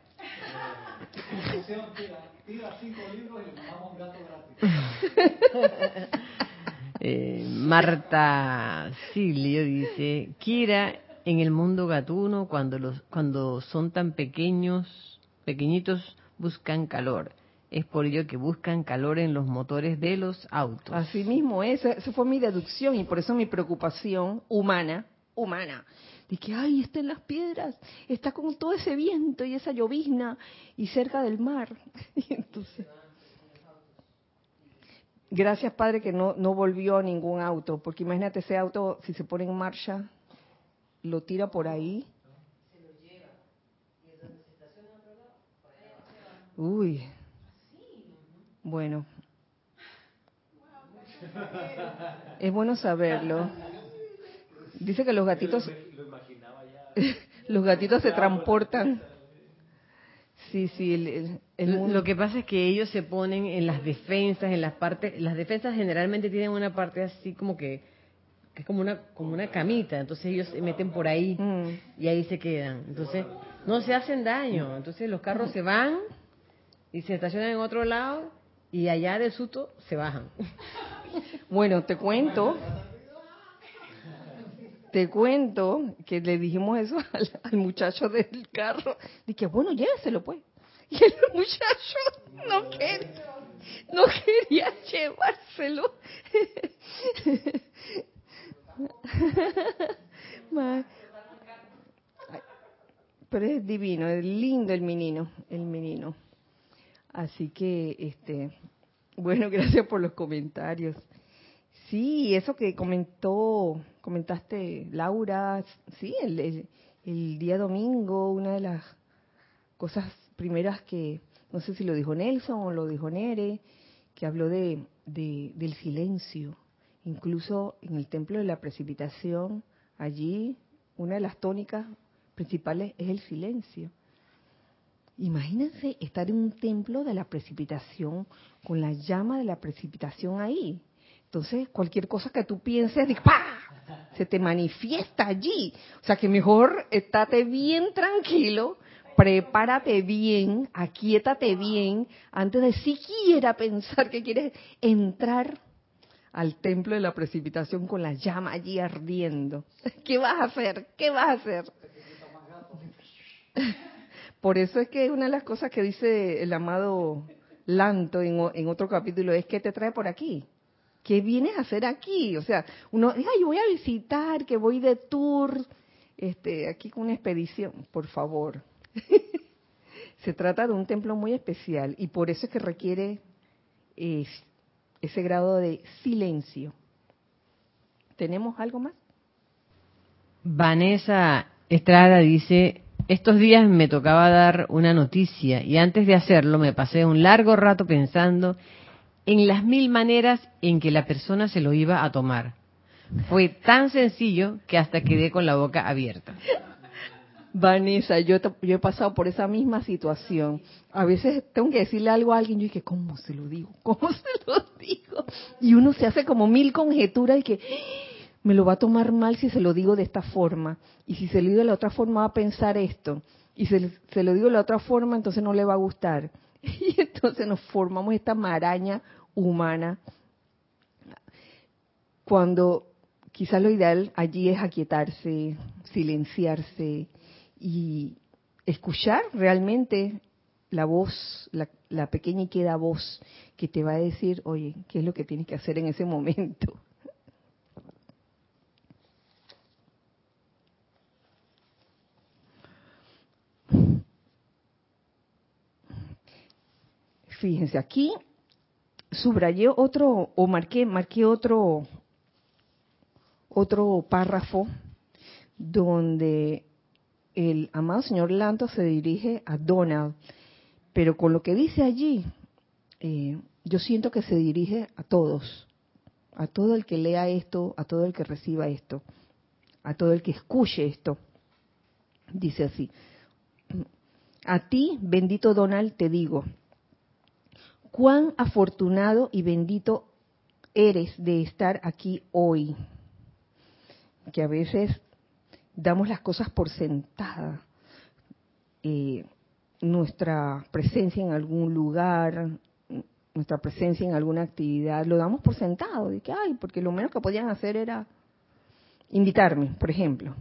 [SPEAKER 2] eh, Marta Silio dice, Kira, en el mundo gatuno, cuando los cuando son tan pequeños, pequeñitos, buscan calor. es por ello que buscan calor en los motores de los autos.
[SPEAKER 1] Así mismo es, esa fue mi deducción y por eso mi preocupación humana, humana. De que, ay, está en las piedras, está con todo ese viento y esa llovizna y cerca del mar. Y entonces, gracias, Padre, que no, no volvió a ningún auto, porque imagínate ese auto, si se pone en marcha, lo tira por ahí. Uy, bueno, es bueno saberlo. Dice que los gatitos, los gatitos se transportan. Sí, sí, el, el, el mundo.
[SPEAKER 2] Lo que pasa es que ellos se ponen en las defensas, en las partes, las defensas generalmente tienen una parte así como que, que es como una, como una camita, entonces ellos se meten por ahí mm. y ahí se quedan. Entonces no se hacen daño, entonces los carros se van y se estacionan en otro lado y allá del susto se bajan.
[SPEAKER 1] Bueno, te cuento, te cuento que le dijimos eso al, al muchacho del carro. Dije, bueno, lléveselo pues. Y el muchacho no quería, no quería llevárselo. Pero es divino, es lindo el menino, el menino. Así que, este, bueno, gracias por los comentarios. Sí, eso que comentó, comentaste Laura, sí, el, el, el día domingo, una de las cosas primeras que, no sé si lo dijo Nelson o lo dijo Nere, que habló de, de del silencio. Incluso en el templo de la precipitación, allí, una de las tónicas principales es el silencio. Imagínense estar en un templo de la precipitación con la llama de la precipitación ahí. Entonces, cualquier cosa que tú pienses, ¡pah!, se te manifiesta allí. O sea, que mejor estate bien tranquilo, prepárate bien, aquíétate bien, antes de siquiera pensar que quieres entrar al templo de la precipitación con la llama allí ardiendo. ¿Qué vas a hacer? ¿Qué vas a hacer? Por eso es que una de las cosas que dice el amado Lanto en, en otro capítulo es que te trae por aquí. ¿Qué vienes a hacer aquí? O sea, uno, ay, yo voy a visitar, que voy de tour, este, aquí con una expedición, por favor. Se trata de un templo muy especial y por eso es que requiere eh, ese grado de silencio. ¿Tenemos algo más?
[SPEAKER 2] Vanessa Estrada dice, estos días me tocaba dar una noticia y antes de hacerlo me pasé un largo rato pensando en las mil maneras en que la persona se lo iba a tomar. Fue tan sencillo que hasta quedé con la boca abierta.
[SPEAKER 1] Vanessa, yo, yo he pasado por esa misma situación. A veces tengo que decirle algo a alguien y yo dije, ¿cómo se lo digo? ¿Cómo se lo digo? Y uno se hace como mil conjeturas y que me lo va a tomar mal si se lo digo de esta forma. Y si se lo digo de la otra forma va a pensar esto. Y si se, se lo digo de la otra forma entonces no le va a gustar. Y entonces nos formamos esta maraña humana cuando quizás lo ideal allí es aquietarse, silenciarse y escuchar realmente la voz, la, la pequeña y queda voz que te va a decir, oye, ¿qué es lo que tienes que hacer en ese momento? Fíjense, aquí subrayé otro, o marqué, marqué otro, otro párrafo donde el amado señor Lanto se dirige a Donald, pero con lo que dice allí, eh, yo siento que se dirige a todos, a todo el que lea esto, a todo el que reciba esto, a todo el que escuche esto. Dice así, a ti, bendito Donald, te digo, cuán afortunado y bendito eres de estar aquí hoy, que a veces damos las cosas por sentadas. Eh, nuestra presencia en algún lugar, nuestra presencia en alguna actividad, lo damos por sentado, de que, ay, porque lo menos que podían hacer era invitarme, por ejemplo.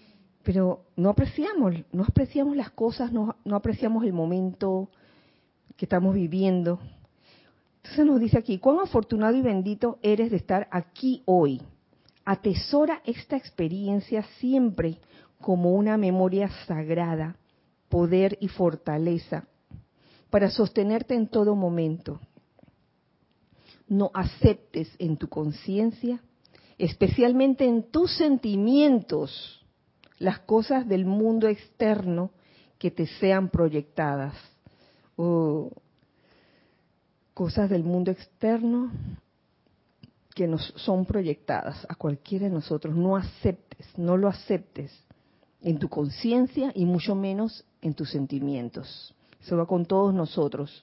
[SPEAKER 1] Pero no apreciamos, no apreciamos las cosas, no, no apreciamos el momento, que estamos viviendo. Entonces nos dice aquí, cuán afortunado y bendito eres de estar aquí hoy. Atesora esta experiencia siempre como una memoria sagrada, poder y fortaleza para sostenerte en todo momento. No aceptes en tu conciencia, especialmente en tus sentimientos, las cosas del mundo externo que te sean proyectadas. O cosas del mundo externo que nos son proyectadas a cualquiera de nosotros. No aceptes, no lo aceptes en tu conciencia y mucho menos en tus sentimientos. Eso va con todos nosotros.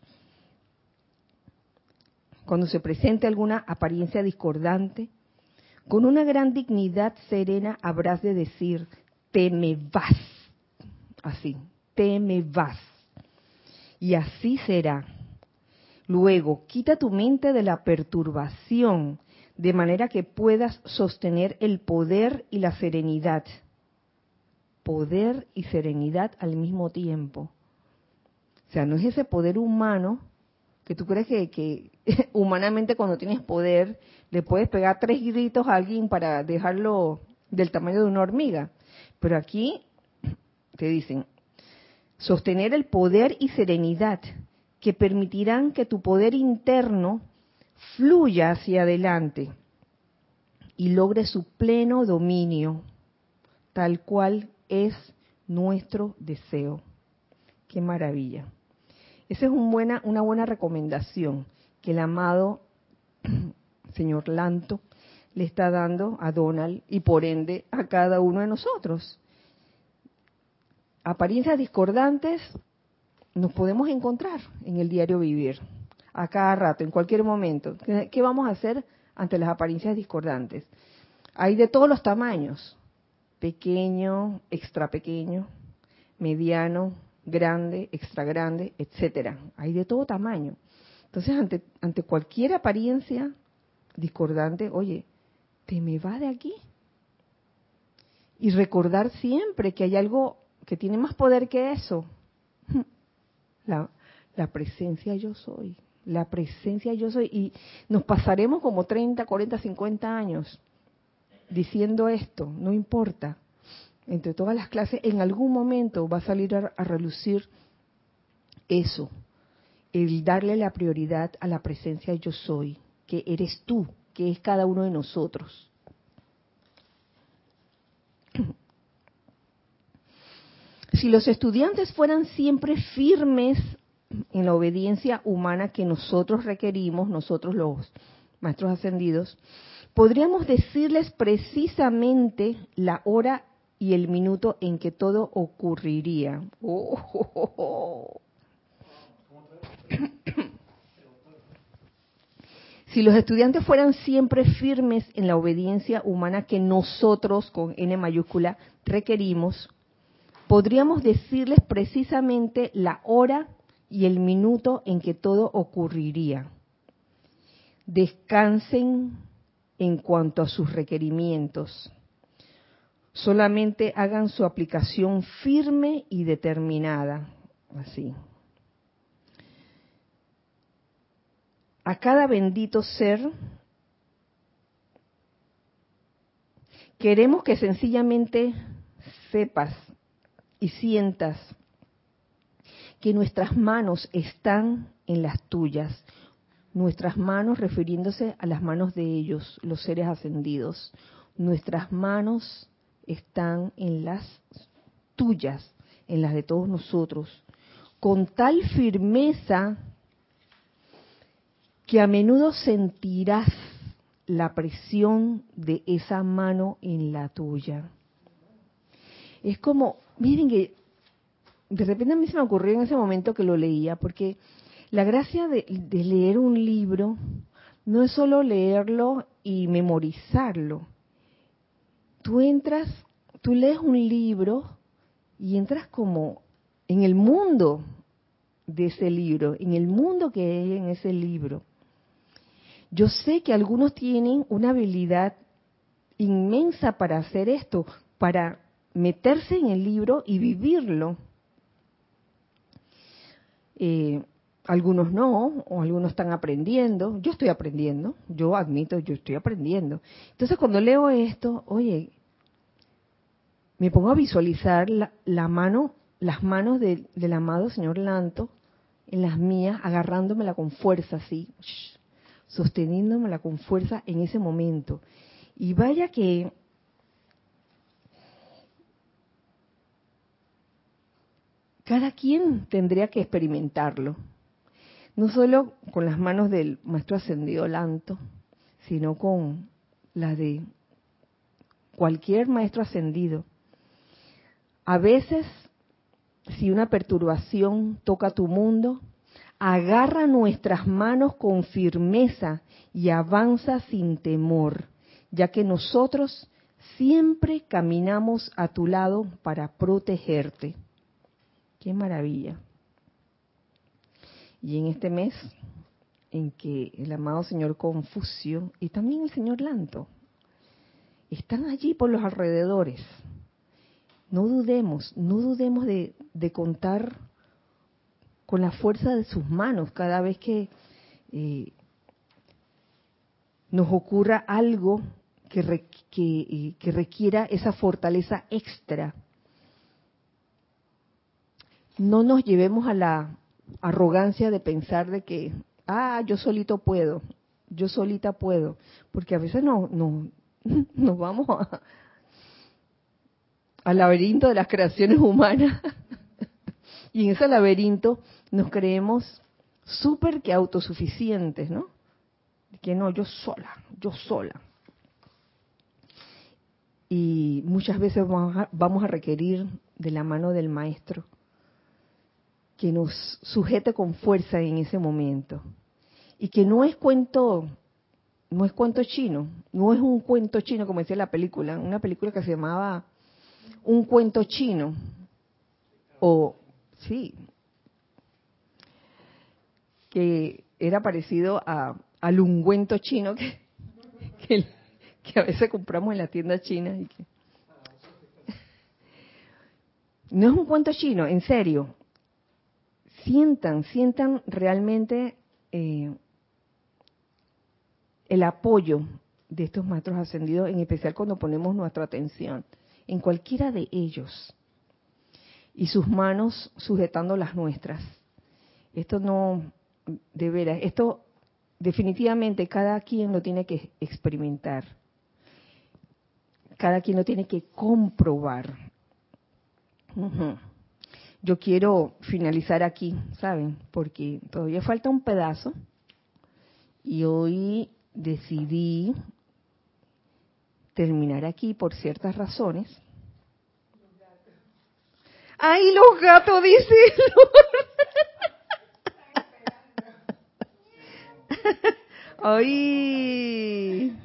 [SPEAKER 1] Cuando se presente alguna apariencia discordante, con una gran dignidad serena habrás de decir, te me vas. Así, te me vas. Y así será. Luego, quita tu mente de la perturbación, de manera que puedas sostener el poder y la serenidad. Poder y serenidad al mismo tiempo. O sea, no es ese poder humano que tú crees que, que humanamente cuando tienes poder le puedes pegar tres gritos a alguien para dejarlo del tamaño de una hormiga. Pero aquí te dicen, sostener el poder y serenidad que permitirán que tu poder interno fluya hacia adelante y logre su pleno dominio, tal cual es nuestro deseo. ¡Qué maravilla! Esa es un buena, una buena recomendación que el amado señor Lanto le está dando a Donald y por ende a cada uno de nosotros. Apariencias discordantes nos podemos encontrar en el diario vivir, a cada rato, en cualquier momento. ¿Qué vamos a hacer ante las apariencias discordantes? Hay de todos los tamaños, pequeño, extra pequeño, mediano, grande, extra grande, etcétera. Hay de todo tamaño. Entonces, ante, ante cualquier apariencia discordante, oye, ¿te me vas de aquí? Y recordar siempre que hay algo que tiene más poder que eso. La, la presencia yo soy. La presencia yo soy. Y nos pasaremos como treinta, cuarenta, cincuenta años diciendo esto, no importa. Entre todas las clases, en algún momento va a salir a, a relucir eso, el darle la prioridad a la presencia yo soy, que eres tú, que es cada uno de nosotros. Si los estudiantes fueran siempre firmes en la obediencia humana que nosotros requerimos, nosotros los maestros ascendidos, podríamos decirles precisamente la hora y el minuto en que todo ocurriría. Oh, oh, oh, oh. Si los estudiantes fueran siempre firmes en la obediencia humana que nosotros, con N mayúscula, requerimos, podríamos decirles precisamente la hora y el minuto en que todo ocurriría. Descansen en cuanto a sus requerimientos. Solamente hagan su aplicación firme y determinada. Así. A cada bendito ser, queremos que sencillamente sepas y sientas que nuestras manos están en las tuyas. Nuestras manos refiriéndose a las manos de ellos, los seres ascendidos. Nuestras manos están en las tuyas, en las de todos nosotros, con tal firmeza que a menudo sentirás la presión de esa mano en la tuya. Es como, miren que de repente a mí se me ocurrió en ese momento que lo leía, porque la gracia de, de leer un libro no es solo leerlo y memorizarlo. Tú entras, tú lees un libro y entras como en el mundo de ese libro, en el mundo que hay en ese libro. Yo sé que algunos tienen una habilidad inmensa para hacer esto, para meterse en el libro y vivirlo. Eh, algunos no, o algunos están aprendiendo. Yo estoy aprendiendo, yo admito, yo estoy aprendiendo. Entonces cuando leo esto, oye, me pongo a visualizar la, la mano, las manos de, del amado señor Lanto en las mías, agarrándomela con fuerza así, sosteniéndomela con fuerza en ese momento. Y vaya que cada quien tendría que experimentarlo, no solo con las manos del maestro ascendido Lanto, sino con las de cualquier maestro ascendido. A veces, si una perturbación toca tu mundo, agarra nuestras manos con firmeza y avanza sin temor, ya que nosotros siempre caminamos a tu lado para protegerte. ¡Qué maravilla! Y en este mes en que el amado señor Confucio y también el señor Lanto están allí por los alrededores, no dudemos, no dudemos de, de contar con la fuerza de sus manos cada vez que eh, nos ocurra algo que, re, que, eh, que requiera esa fortaleza extra. No nos llevemos a la arrogancia de pensar de que, ah, yo solito puedo, yo solita puedo, porque a veces no, no, nos vamos a, al laberinto de las creaciones humanas y en ese laberinto nos creemos súper que autosuficientes, ¿no? Que no, yo sola, yo sola. Y muchas veces vamos a, vamos a requerir de la mano del maestro que nos sujete con fuerza en ese momento. Y que no es cuento, no es cuento chino, no es un cuento chino como decía la película, una película que se llamaba Un cuento chino. O, sí, que era parecido a, al ungüento chino que, que, que a veces compramos en la tienda china. Y que... No es un cuento chino, en serio. Sientan, sientan realmente eh, el apoyo de estos maestros ascendidos, en especial cuando ponemos nuestra atención en cualquiera de ellos y sus manos sujetando las nuestras. Esto no, de veras, esto definitivamente cada quien lo tiene que experimentar, cada quien lo tiene que comprobar. Uh-huh. Yo quiero finalizar aquí, ¿saben? Porque todavía falta un pedazo y hoy decidí terminar aquí por ciertas razones. ¡Ay, los gatos, dice! ¡Ay!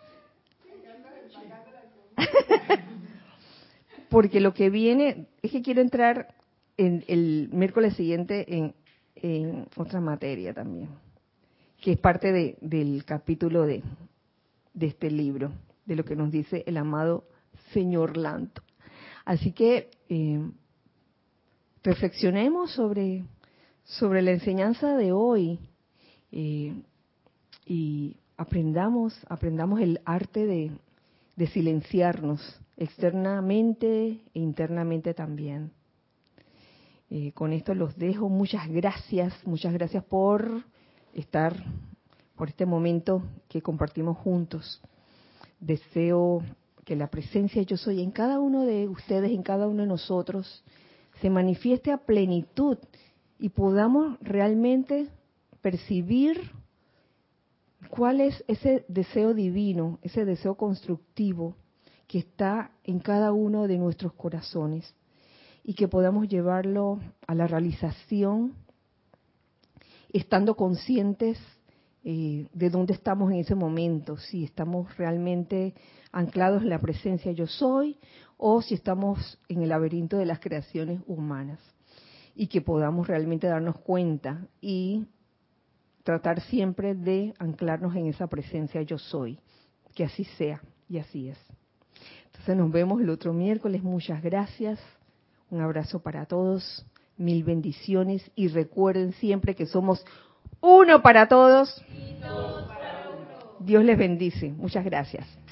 [SPEAKER 1] Porque lo que viene es que quiero entrar en el miércoles siguiente en, en otra materia también, que es parte de, del capítulo de, de este libro, de lo que nos dice el amado señor Lanto. Así que eh, reflexionemos sobre, sobre la enseñanza de hoy eh, y aprendamos, aprendamos el arte de, de silenciarnos externamente e internamente también. Eh, con esto los dejo. Muchas gracias, muchas gracias por estar, por este momento que compartimos juntos. Deseo que la presencia yo soy en cada uno de ustedes, en cada uno de nosotros, se manifieste a plenitud y podamos realmente percibir cuál es ese deseo divino, ese deseo constructivo que está en cada uno de nuestros corazones y que podamos llevarlo a la realización estando conscientes eh, de dónde estamos en ese momento, si estamos realmente anclados en la presencia yo soy o si estamos en el laberinto de las creaciones humanas, y que podamos realmente darnos cuenta y tratar siempre de anclarnos en esa presencia yo soy, que así sea y así es. Entonces nos vemos el otro miércoles, muchas gracias, un abrazo para todos, Mil bendiciones y recuerden siempre que somos uno para todos. Dios les bendice. Muchas gracias.